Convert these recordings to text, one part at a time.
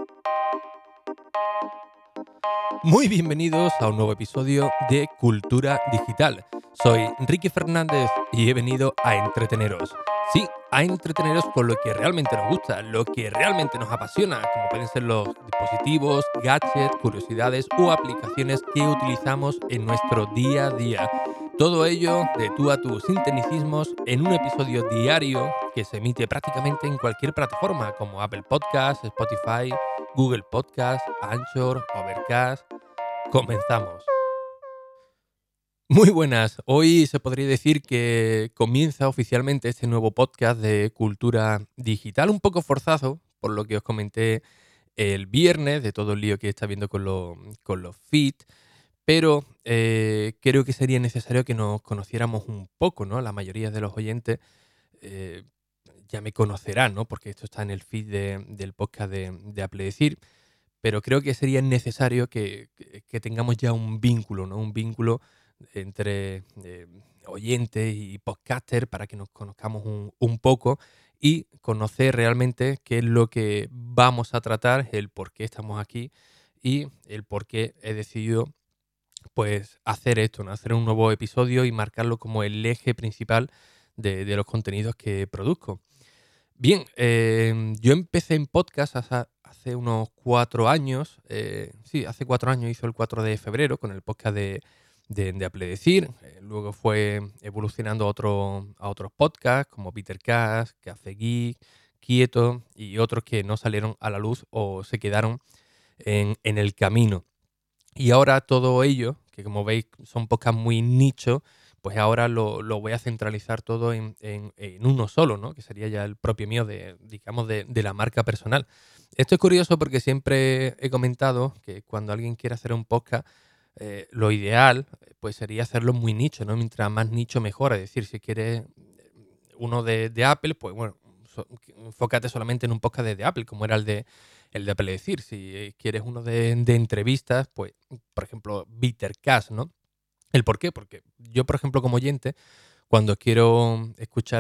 Muy bienvenidos a un nuevo episodio de Cultura Digital. Soy Ricky Fernández y he venido a entreteneros. Sí, a entreteneros con lo que realmente nos gusta, lo que realmente nos apasiona, como pueden ser los dispositivos, gadgets, curiosidades o aplicaciones que utilizamos en nuestro día a día. Todo ello de tú a tú, sin tecnicismos, en un episodio diario que se emite prácticamente en cualquier plataforma como Apple Podcasts, Spotify, Google Podcasts, Anchor, Overcast. Comenzamos. Muy buenas. Hoy se podría decir que comienza oficialmente este nuevo podcast de cultura digital, un poco forzado, por lo que os comenté el viernes, de todo el lío que está habiendo con los feeds, pero creo que sería necesario que nos conociéramos un poco, ¿no? La mayoría de los oyentes eh, ya me conocerán, ¿no? Porque esto está en el feed del podcast de Apple Decir, pero creo que sería necesario que tengamos ya un vínculo, ¿no? Un vínculo entre oyentes y podcaster para que nos conozcamos un poco y conocer realmente qué es lo que vamos a tratar, el por qué estamos aquí y el por qué he decidido pues hacer esto, ¿no? Hacer un nuevo episodio y marcarlo como el eje principal de los contenidos que produzco. Bien, yo empecé en podcast hace unos 4 años. Sí, hace 4 años, hizo el 4 de febrero con el podcast de Apple Decir. Luego fue evolucionando a otros podcasts como Petercast, Café Geek, Quieto y otros que no salieron a la luz o se quedaron en el camino. Y ahora todo ello, que como veis son podcasts muy nicho, pues ahora lo voy a centralizar todo en uno solo, ¿no? Que sería ya el propio mío, digamos, de la marca personal. Esto es curioso porque siempre he comentado que cuando alguien quiere hacer un podcast, lo ideal pues sería hacerlo muy nicho, ¿no? Mientras más nicho mejor. Es decir, si quieres uno de Apple, pues bueno, enfócate solamente en un podcast de Apple, como era el de Apple Decir. Si quieres uno de entrevistas, pues, por ejemplo, Bittercast, ¿no? ¿El por qué? Porque yo, por ejemplo, como oyente, cuando quiero escuchar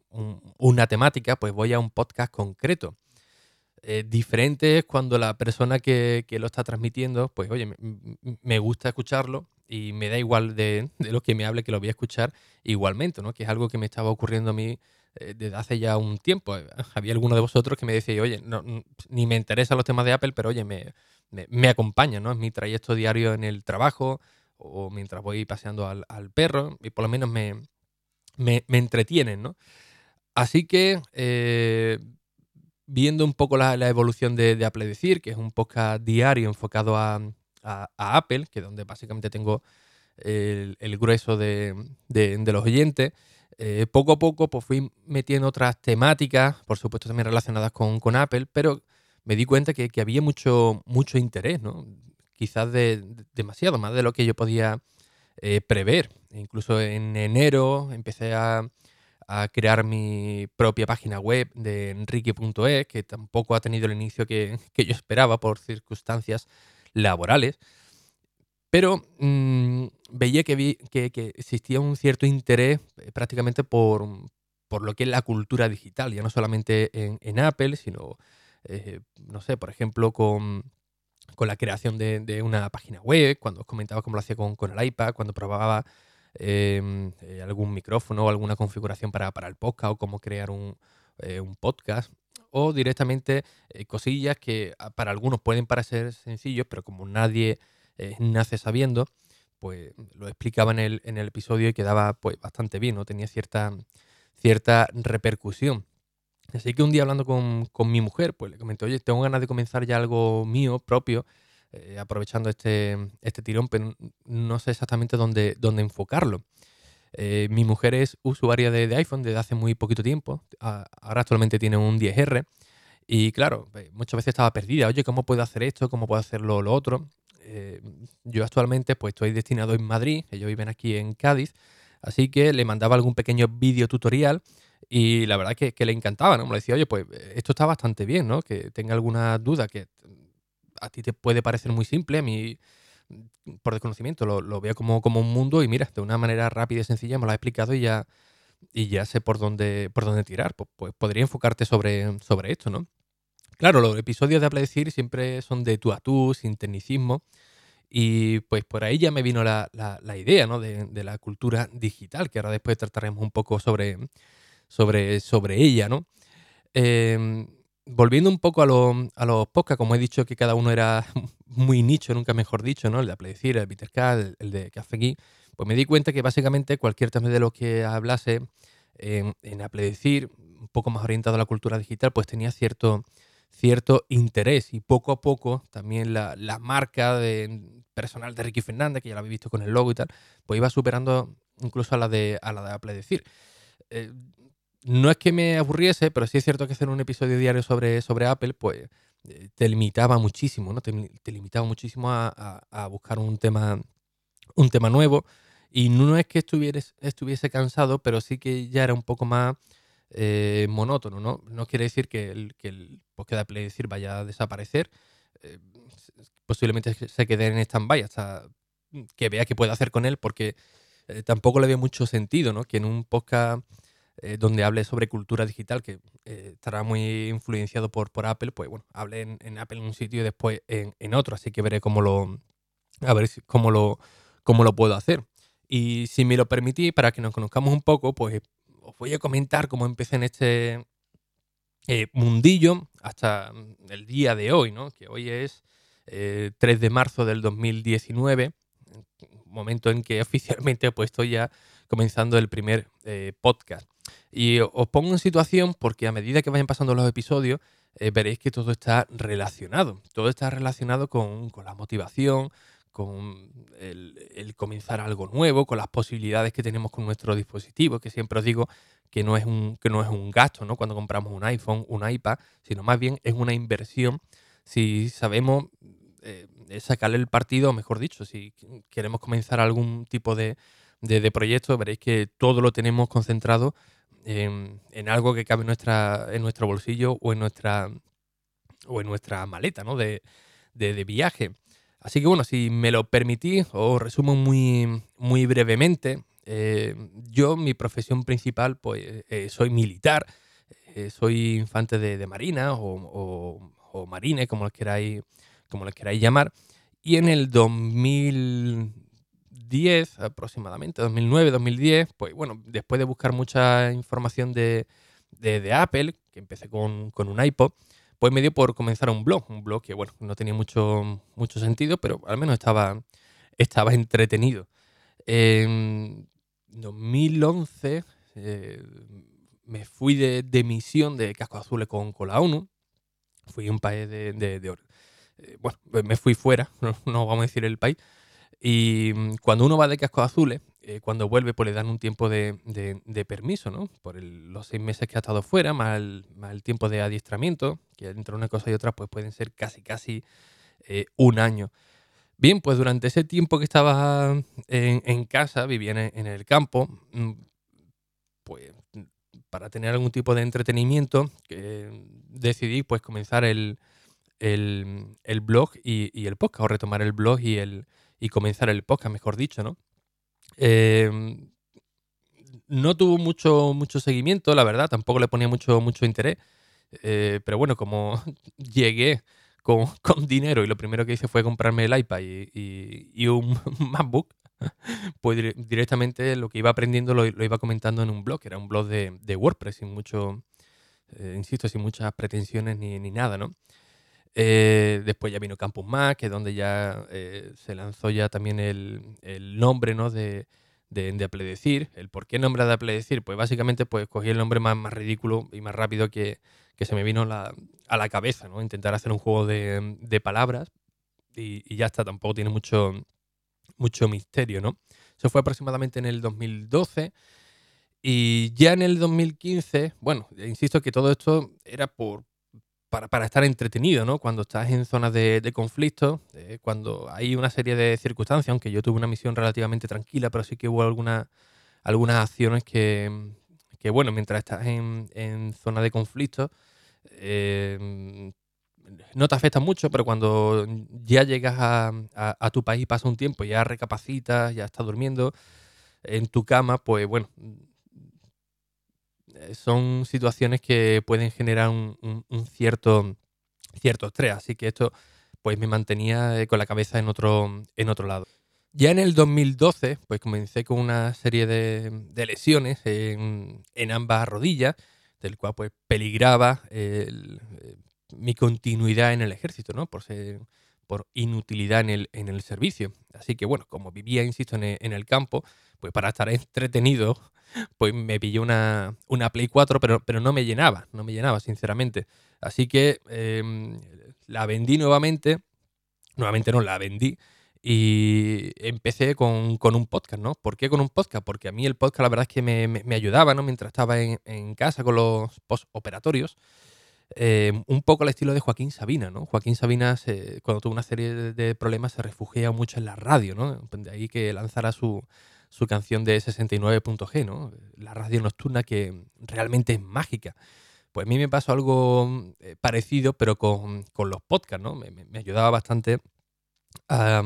una temática, pues voy a un podcast concreto. Diferente es cuando la persona que lo está transmitiendo, pues oye, me gusta escucharlo y me da igual de lo que me hable, que lo voy a escuchar igualmente, ¿no? Que es algo que me estaba ocurriendo a mí desde hace ya un tiempo. Había alguno de vosotros que me decía, oye, no, ni me interesan los temas de Apple, pero oye, me acompaña, ¿no? Es mi trayecto diario en el trabajo o mientras voy paseando al perro y por lo menos me entretienen, ¿no? Así que viendo un poco la evolución de Apple Decir, que es un podcast diario enfocado a Apple, que es donde básicamente tengo el grueso de los oyentes, poco a poco pues fui metiendo otras temáticas, por supuesto también relacionadas con Apple, pero me di cuenta que había mucho interés, ¿no? Quizás demasiado, más de lo que yo podía prever. Incluso en enero empecé a crear mi propia página web de enrique.es, que tampoco ha tenido el inicio que yo esperaba por circunstancias laborales, pero veía que existía un cierto interés prácticamente por lo que es la cultura digital, ya no solamente en Apple, sino, no sé, por ejemplo, con la creación de una página web, cuando os comentaba cómo lo hacía con el iPad, cuando probaba algún micrófono o alguna configuración para el podcast o cómo crear un podcast, o directamente cosillas que para algunos pueden parecer sencillos, pero como nadie nace sabiendo, pues lo explicaba en el episodio y quedaba pues bastante bien, ¿no? Tenía cierta repercusión. Así que un día hablando con mi mujer, pues le comenté, oye, tengo ganas de comenzar ya algo mío, propio, aprovechando este tirón, pero no sé exactamente dónde enfocarlo. Mi mujer es usuaria de iPhone desde hace muy poquito tiempo. Ahora actualmente tiene un 10R. Y claro, muchas veces estaba perdida. Oye, ¿cómo puedo hacer esto? ¿Cómo puedo hacerlo lo otro? Yo actualmente pues estoy destinado en Madrid. Ellos viven aquí en Cádiz. Así que le mandaba algún pequeño vídeo tutorial y la verdad que le encantaba, ¿no? Me decía, oye, pues esto está bastante bien, ¿no? Que tenga alguna duda que a ti te puede parecer muy simple, a mí por desconocimiento lo veo como un mundo y mira, de una manera rápida y sencilla me lo ha explicado y ya sé por dónde tirar. Pues podría enfocarte sobre esto, ¿no? Claro, los episodios de Apple Decir siempre son de tú a tú, sin tecnicismo. Y pues por ahí ya me vino la idea, ¿no? De la cultura digital, que ahora después trataremos un poco sobre ella, ¿no? Volviendo un poco a los podcasts, como he dicho que cada uno era muy nicho, nunca mejor dicho, ¿no? El de Apple Decir, el de Peter Cat, el de Café Geek, pues me di cuenta que básicamente cualquier tema de lo que hablase en Apple Decir, un poco más orientado a la cultura digital, pues tenía cierto interés. Y poco a poco también la marca personal de Ricky Fernández, que ya la habéis visto con el logo y tal, pues iba superando incluso a la de Apple Decir. Eh, no es que me aburriese, pero sí es cierto que hacer un episodio diario sobre Apple, pues te limitaba muchísimo, ¿no? Te limitaba muchísimo a buscar un tema nuevo. Y no es que estuviese cansado, pero sí que ya era un poco más monótono, ¿no? No quiere decir que el podcast de Apple Decir vaya a desaparecer. eh, Posiblemente se quede en stand-by hasta que vea qué puede hacer con él, porque tampoco le veo mucho sentido, ¿no? Que en un podcast donde hable sobre cultura digital, que estará muy influenciado por Apple, pues bueno, hable en Apple en un sitio y después en otro, así que veré a ver cómo lo puedo hacer. Y si me lo permitís, para que nos conozcamos un poco, pues os voy a comentar cómo empecé en este mundillo hasta el día de hoy, ¿no? Que hoy es 3 de marzo del 2019, momento en que oficialmente pues estoy ya comenzando el primer podcast. Y os pongo en situación porque a medida que vayan pasando los episodios, veréis que todo está relacionado. Todo está relacionado con la motivación, con el comenzar algo nuevo, con las posibilidades que tenemos con nuestro dispositivo, que siempre os digo que no es un gasto, ¿no? Cuando compramos un iPhone, un iPad, sino más bien es una inversión si sabemos sacarle el partido, o mejor dicho, si queremos comenzar algún tipo de proyecto, veréis que todo lo tenemos concentrado en algo que cabe en nuestro bolsillo o en nuestra maleta, ¿no? De viaje. Así que bueno, si me lo permitís, os resumo muy, muy brevemente. Yo, mi profesión principal, pues soy militar, soy infante de marina o marine, como les queráis llamar. Y en el 2010, aproximadamente, 2009, 2010, pues bueno, después de buscar mucha información de Apple, que empecé con un iPod, pues me dio por comenzar un blog que, bueno, no tenía mucho sentido, pero al menos estaba entretenido. En 2011 me fui de misión de cascos azules con la ONU. Fui a un país bueno, me fui fuera, no vamos a decir el país. Y cuando uno va de cascos azules, cuando vuelve, pues le dan un tiempo de permiso, ¿no? Por los 6 meses que ha estado fuera, más el tiempo de adiestramiento, que entre una cosa y otra, pues pueden ser casi un año. Bien, pues durante ese tiempo que estaba en casa, vivía en el campo, pues para tener algún tipo de entretenimiento, decidí pues comenzar el blog y el podcast, o retomar el blog y comenzar el podcast, mejor dicho, ¿no? Em, no tuvo mucho seguimiento, la verdad, tampoco le ponía mucho interés, pero bueno, como llegué con dinero y lo primero que hice fue comprarme el iPad y un MacBook, pues directamente lo que iba aprendiendo lo iba comentando en un blog, era un blog de WordPress, sin mucho, insisto, sin muchas pretensiones ni nada, ¿no? Después ya vino Campus Mac, que es donde ya se lanzó ya también el nombre, ¿no? de Apledecir. ¿El por qué nombre de Apledecir? Pues básicamente pues cogí el nombre más ridículo y más rápido que se me vino a la cabeza, ¿no? Intentar hacer un juego de palabras y ya está, tampoco tiene mucho misterio, ¿no? Eso fue aproximadamente en el 2012. Y ya en el 2015, bueno, insisto que todo esto era para estar entretenido, ¿no? Cuando estás en zonas de conflicto, cuando hay una serie de circunstancias, aunque yo tuve una misión relativamente tranquila, pero sí que hubo algunas acciones que, bueno, mientras estás en zona de conflicto, eh, no te afectan mucho, pero cuando ya llegas a tu país, pasa un tiempo, ya recapacitas, ya estás durmiendo en tu cama, pues bueno, son situaciones que pueden generar un cierto cierto estrés. Así que esto pues me mantenía con la cabeza en otro lado. Ya en el 2012, pues comencé con una serie de lesiones en ambas rodillas, del cual pues peligraba mi continuidad en el ejército, ¿no? Por inutilidad en el servicio. Así que bueno, como vivía, insisto, en el campo, pues para estar entretenido, pues me pillé una Play 4, pero no me llenaba, sinceramente. Así que la vendí nuevamente. Nuevamente no, la vendí y empecé con un podcast, ¿no? ¿Por qué con un podcast? Porque a mí el podcast la verdad es que me ayudaba, ¿no? Mientras estaba en casa con los postoperatorios, un poco al estilo de Joaquín Sabina, ¿no? Joaquín Sabina, cuando tuvo una serie de problemas, se refugia mucho en la radio, ¿no? De ahí que lanzara su canción de 69.g, ¿no? La radio nocturna que realmente es mágica. Pues a mí me pasó algo parecido, pero con los podcasts, ¿no? Me ayudaba bastante a,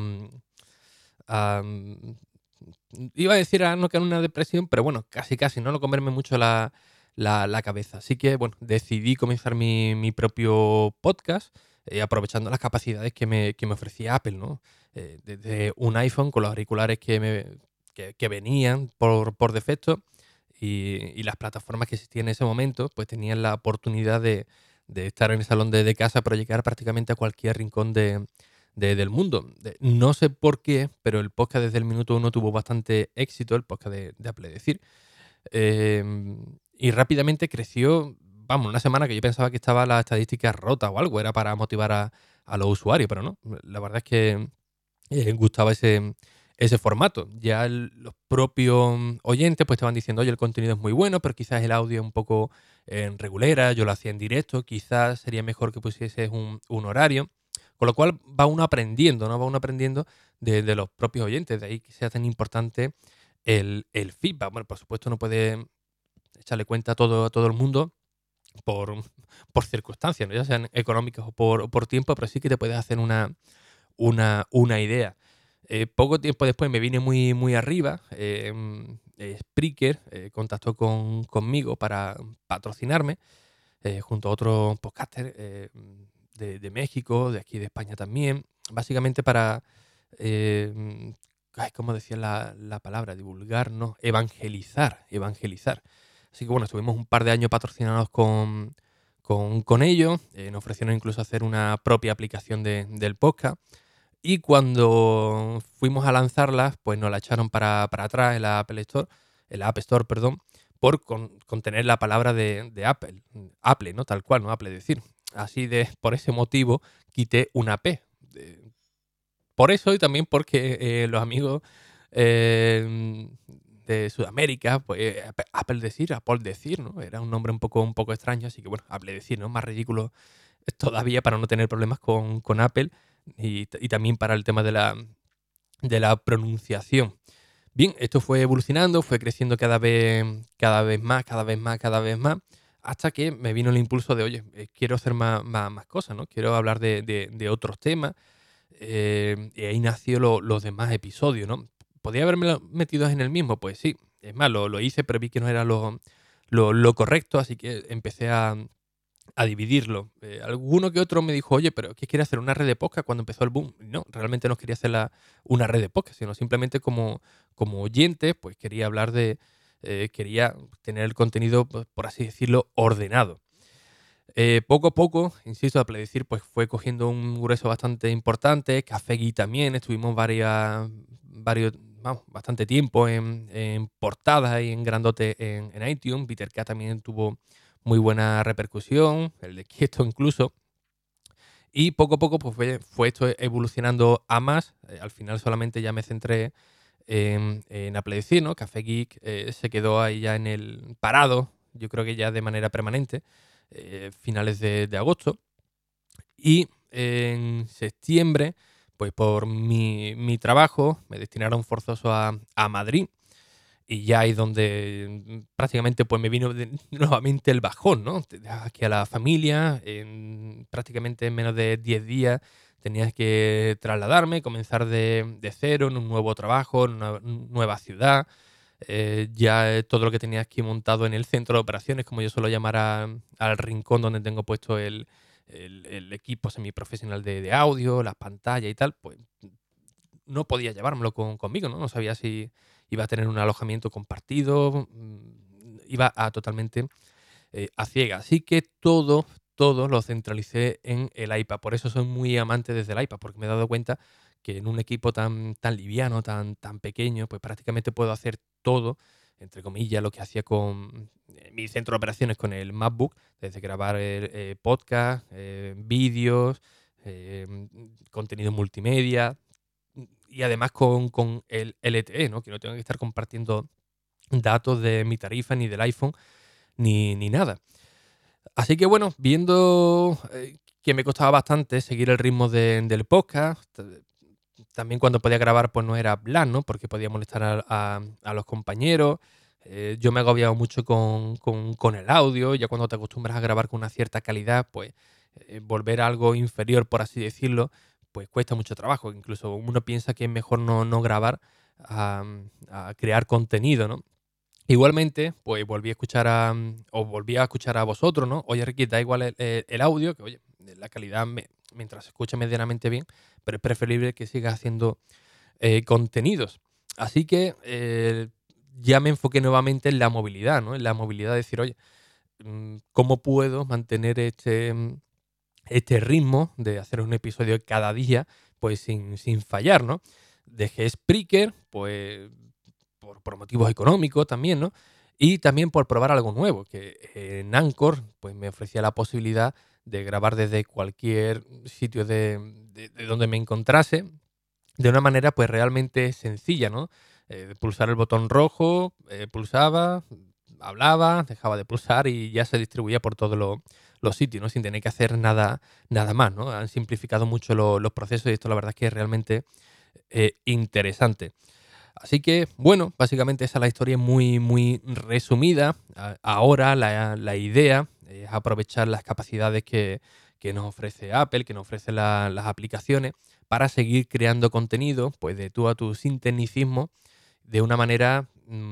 a, iba a decir a no caer en una depresión, pero bueno, casi casi, ¿no? No comerme mucho la cabeza. Así que, bueno, decidí comenzar mi propio podcast, aprovechando las capacidades que me ofrecía Apple, ¿no? Desde un iPhone con los auriculares que venían por defecto y las plataformas que existían en ese momento, pues tenían la oportunidad de estar en el salón de casa, pero llegar prácticamente a cualquier rincón del mundo. No sé por qué, pero el podcast desde el minuto uno tuvo bastante éxito, el podcast de Apple, decir. eh, y rápidamente creció, vamos, una semana que yo pensaba que estaba la estadística rota o algo, era para motivar a los usuarios, pero no. La verdad es que gustaba ese formato. Ya los propios oyentes pues estaban diciendo, oye, el contenido es muy bueno, pero quizás el audio es un poco regulera, yo lo hacía en directo, quizás sería mejor que pusieses un horario. Con lo cual va uno aprendiendo, ¿no? Va uno aprendiendo de los propios oyentes, de ahí que sea tan importante el feedback. Bueno, por supuesto no puede echarle cuenta a todo el mundo por, por circunstancias, ¿no? Ya sean económicas o por tiempo, pero sí que te puedes hacer una idea. Poco tiempo después me vine muy, muy arriba. Spreaker contactó conmigo para patrocinarme, junto a otros podcasters de México, de aquí de España también. Básicamente para, ¿cómo decía la palabra? Divulgar, ¿no? Evangelizar. Así que bueno, estuvimos un par de años patrocinados con ellos. Nos ofrecieron incluso hacer una propia aplicación del podcast. Y cuando fuimos a lanzarlas, pues nos la echaron para atrás en la App Store, perdón, por contener la palabra de Apple. Apple, ¿no? Tal cual, ¿no? Apple decir. Por ese motivo, quité una P. Por eso y también porque los amigos de Sudamérica, pues Apple decir, ¿no? Era un nombre un poco extraño, así que bueno, Apple decir, ¿no? Más ridículo todavía para no tener problemas con Apple y también para el tema de la pronunciación. Bien, esto fue evolucionando, fue creciendo cada vez más, cada vez más, cada vez más, hasta que me vino el impulso de, oye, quiero hacer más cosas, ¿no? Quiero hablar de otros temas, y ahí nació los demás episodios, ¿no? ¿Podría haberme metido en el mismo? Pues sí, es más, lo hice, pero vi que no era lo correcto, así que empecé a dividirlo. Alguno que otro me dijo, oye, pero ¿qué quiere hacer? ¿Una red de podcast cuando empezó el boom? No, realmente no quería hacer una red de podcast, sino simplemente como oyente, pues quería quería tener el contenido, pues, por así decirlo, ordenado. Poco a poco, insisto, a Pledecir, pues fue cogiendo un grueso bastante importante. Café Gui también, estuvimos bastante tiempo en portadas y en grandote en iTunes. Peter K también tuvo muy buena repercusión, el de Quieto incluso. Y poco a poco pues fue esto evolucionando a más. Al final solamente ya me centré en Apple Decir, ¿no? Café Geek se quedó ahí ya en el parado, yo creo que ya de manera permanente, finales de agosto. Y en septiembre, pues por mi trabajo, me destinaron forzoso a Madrid. Y ya ahí donde prácticamente pues me vino nuevamente el bajón, ¿no? Te dejas aquí a la familia, prácticamente en menos de 10 días tenías que trasladarme, comenzar de cero en un nuevo trabajo, en una nueva ciudad. Ya todo lo que tenía aquí montado en el centro de operaciones, como yo suelo llamar al rincón donde tengo puesto el equipo semiprofesional de audio, las pantallas y tal, pues no podía llevármelo conmigo, ¿no? No sabía si iba a tener un alojamiento compartido, iba a totalmente a ciegas. Así que todo lo centralicé en el iPad. Por eso soy muy amante desde el iPad, porque me he dado cuenta que en un equipo tan liviano, tan pequeño, pues prácticamente puedo hacer todo, entre comillas, lo que hacía con mi centro de operaciones con el MacBook, desde grabar podcast, vídeos, contenido multimedia, y además con el LTE, ¿no? Que no tengo que estar compartiendo datos de mi tarifa ni del iPhone ni nada. Así que bueno, viendo que me costaba bastante seguir el ritmo del podcast, también cuando podía grabar pues no era plan, ¿no? Porque podía molestar a los compañeros. Yo me he agobiado mucho con el audio, ya cuando te acostumbras a grabar con una cierta calidad, pues volver a algo inferior, por así decirlo, pues cuesta mucho trabajo. Incluso uno piensa que es mejor no grabar a, a crear contenido, ¿no? Igualmente, pues os volví a escuchar a vosotros, ¿no? Oye, Ricky, da igual el audio, que oye, la calidad mientras se escucha medianamente bien, pero es preferible que sigas haciendo contenidos. Así que ya me enfoqué nuevamente en la movilidad, ¿no? En la movilidad de decir, oye, ¿cómo puedo mantener este ritmo de hacer un episodio cada día, pues sin fallar, ¿no? Dejé Spreaker, pues por motivos económicos también, ¿no? Y también por probar algo nuevo, que en Anchor pues me ofrecía la posibilidad de grabar desde cualquier sitio de donde me encontrase, de una manera pues realmente sencilla, ¿no? Pulsar el botón rojo, pulsaba, hablaba, dejaba de pulsar y ya se distribuía por todos los sitios, ¿no? Sin tener que hacer nada más, ¿no? Han simplificado mucho los procesos y esto la verdad es que es realmente interesante. Así que, bueno, básicamente esa es la historia muy resumida. Ahora la idea es aprovechar las capacidades que nos ofrece Apple, que nos ofrecen las aplicaciones, para seguir creando contenido, pues de tú a tu sin tecnicismo, de una manera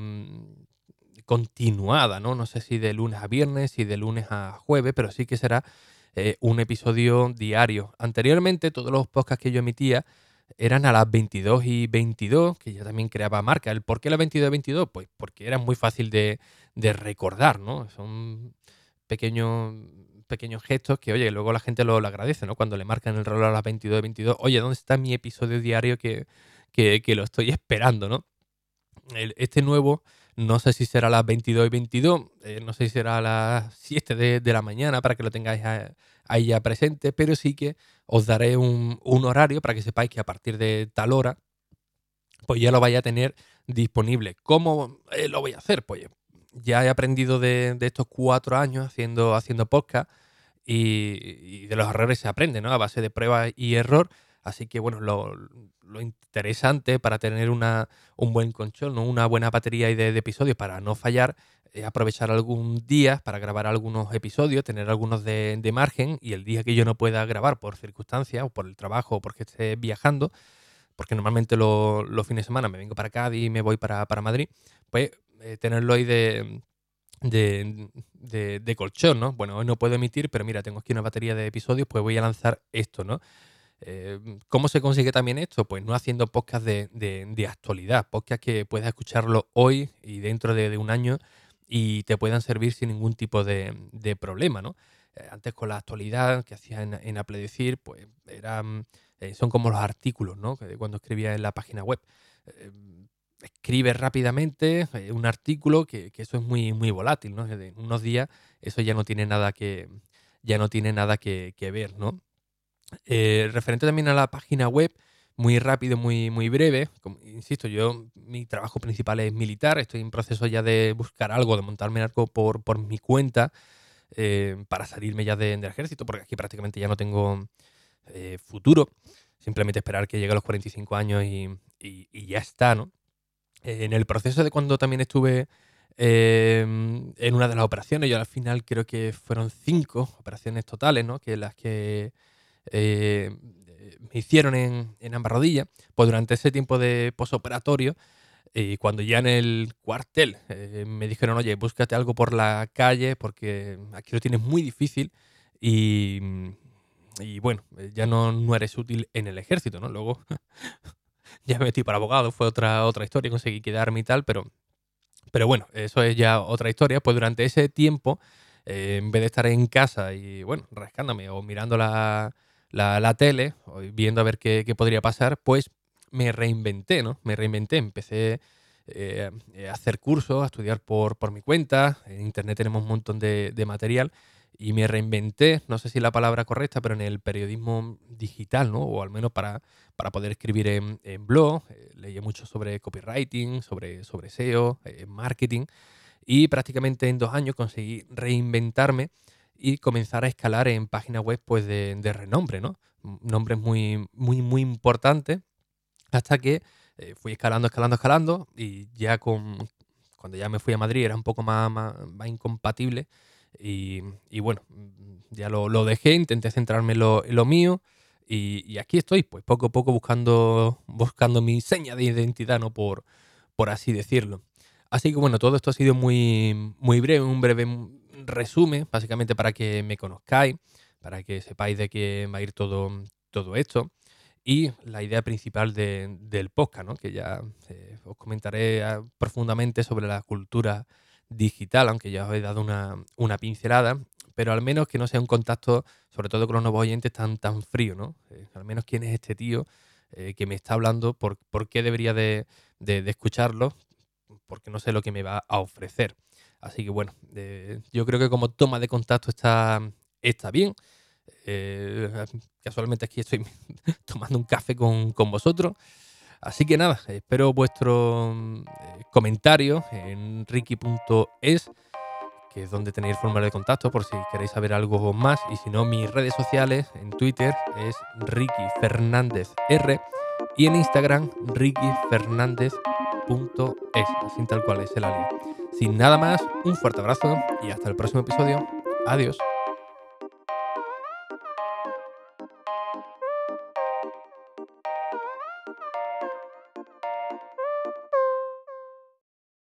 continuada, ¿no? No sé si de lunes a viernes, si de lunes a jueves, pero sí que será un episodio diario. Anteriormente, todos los podcasts que yo emitía eran a las 22:22, que ya también creaba marca. ¿El por qué las 22:22? Pues porque era muy fácil de recordar, ¿no? Son pequeños, pequeños gestos que, oye, luego la gente lo agradece, ¿no? Cuando le marcan el reloj a las 22:22, oye, ¿dónde está mi episodio diario que lo estoy esperando, ¿no? Este nuevo, no sé si será a las 22:22, no sé si será a las 7 de la mañana para que lo tengáis ahí ya presente, pero sí que os daré un horario para que sepáis que a partir de tal hora, pues ya lo vais a tener disponible. ¿Cómo lo voy a hacer? Pues ya he aprendido de estos 4 años haciendo podcast y de los errores se aprende, ¿no? A base de prueba y error. Así que, bueno, lo interesante para tener un buen control, ¿no? Una buena batería de episodios para no fallar, es aprovechar algún día para grabar algunos episodios, tener algunos de margen y el día que yo no pueda grabar por circunstancias o por el trabajo o porque esté viajando, porque normalmente los fines de semana me vengo para Cádiz y me voy para Madrid, pues tenerlo ahí de colchón, ¿no? Bueno, hoy no puedo emitir, pero mira, tengo aquí una batería de episodios, pues voy a lanzar esto, ¿no? ¿Cómo se consigue también esto? Pues no haciendo podcast de actualidad, podcast que puedas escucharlo hoy y dentro de un año y te puedan servir sin ningún tipo de problema, ¿no? Antes con la actualidad que hacía en Apple Decir, pues son como los artículos, ¿no? Que cuando escribía en la página web. Eh, Escribes rápidamente un artículo que eso es muy volátil, ¿no? En unos días eso ya no tiene nada que ver, ¿no? Referente también a la página web, muy rápido, muy breve. Como, insisto, mi trabajo principal es militar. Estoy en proceso ya de buscar algo, de montarme algo por mi cuenta para salirme ya del ejército, porque aquí prácticamente ya no tengo futuro. Simplemente esperar que llegue a los 45 años y ya está, ¿no? En el proceso de cuando también estuve en una de las operaciones, yo al final creo que fueron 5 operaciones totales, ¿no? Que las que eh, me hicieron en ambas rodillas, pues durante ese tiempo de posoperatorio, y cuando ya en el cuartel me dijeron, oye, búscate algo por la calle porque aquí lo tienes muy difícil y, y bueno, ya no eres útil en el ejército, ¿no? Luego ya me metí para abogado, fue otra historia, conseguí quedarme y tal, pero bueno, eso es ya otra historia. Pues durante ese tiempo, en vez de estar en casa y, bueno, rascándome o mirando la tele, o viendo a ver qué podría pasar, pues me reinventé, ¿no? Me reinventé, empecé a hacer cursos, a estudiar por mi cuenta. En internet tenemos un montón de material y me reinventé, no sé si la palabra correcta, pero en el periodismo digital, ¿no? O al menos para poder escribir en blog. Leí mucho sobre copywriting, sobre SEO, marketing, y prácticamente en 2 años conseguí reinventarme y comenzar a escalar en páginas web pues de renombre, ¿no? Nombres muy, muy, muy importantes, hasta que fui escalando, escalando, escalando, y ya cuando ya me fui a Madrid era un poco más incompatible, y bueno, ya lo dejé, intenté centrarme en lo mío, y aquí estoy, pues poco a poco buscando mi seña de identidad, ¿no? Por así decirlo. Así que bueno, todo esto ha sido muy, muy breve, un breve resumen, básicamente para que me conozcáis, para que sepáis de qué va a ir todo esto. Y la idea principal del podcast, ¿no? Que ya os comentaré profundamente sobre la cultura digital, aunque ya os he dado una pincelada, pero al menos que no sea un contacto, sobre todo con los nuevos oyentes, tan frío, ¿no? Al menos quién es este tío que me está hablando, por qué debería de escucharlo, porque no sé lo que me va a ofrecer. Así que bueno, yo creo que como toma de contacto está bien. Eh, Casualmente aquí estoy tomando un café con vosotros. Así que nada, espero vuestros comentarios en ricky.es, que es donde tenéis el formulario de contacto por si queréis saber algo más. Y si no, mis redes sociales en Twitter es Ricky Fernández R, y en Instagram rickyfernandez.es, así tal cual es el alias. Sin nada más, un fuerte abrazo y hasta el próximo episodio. Adiós.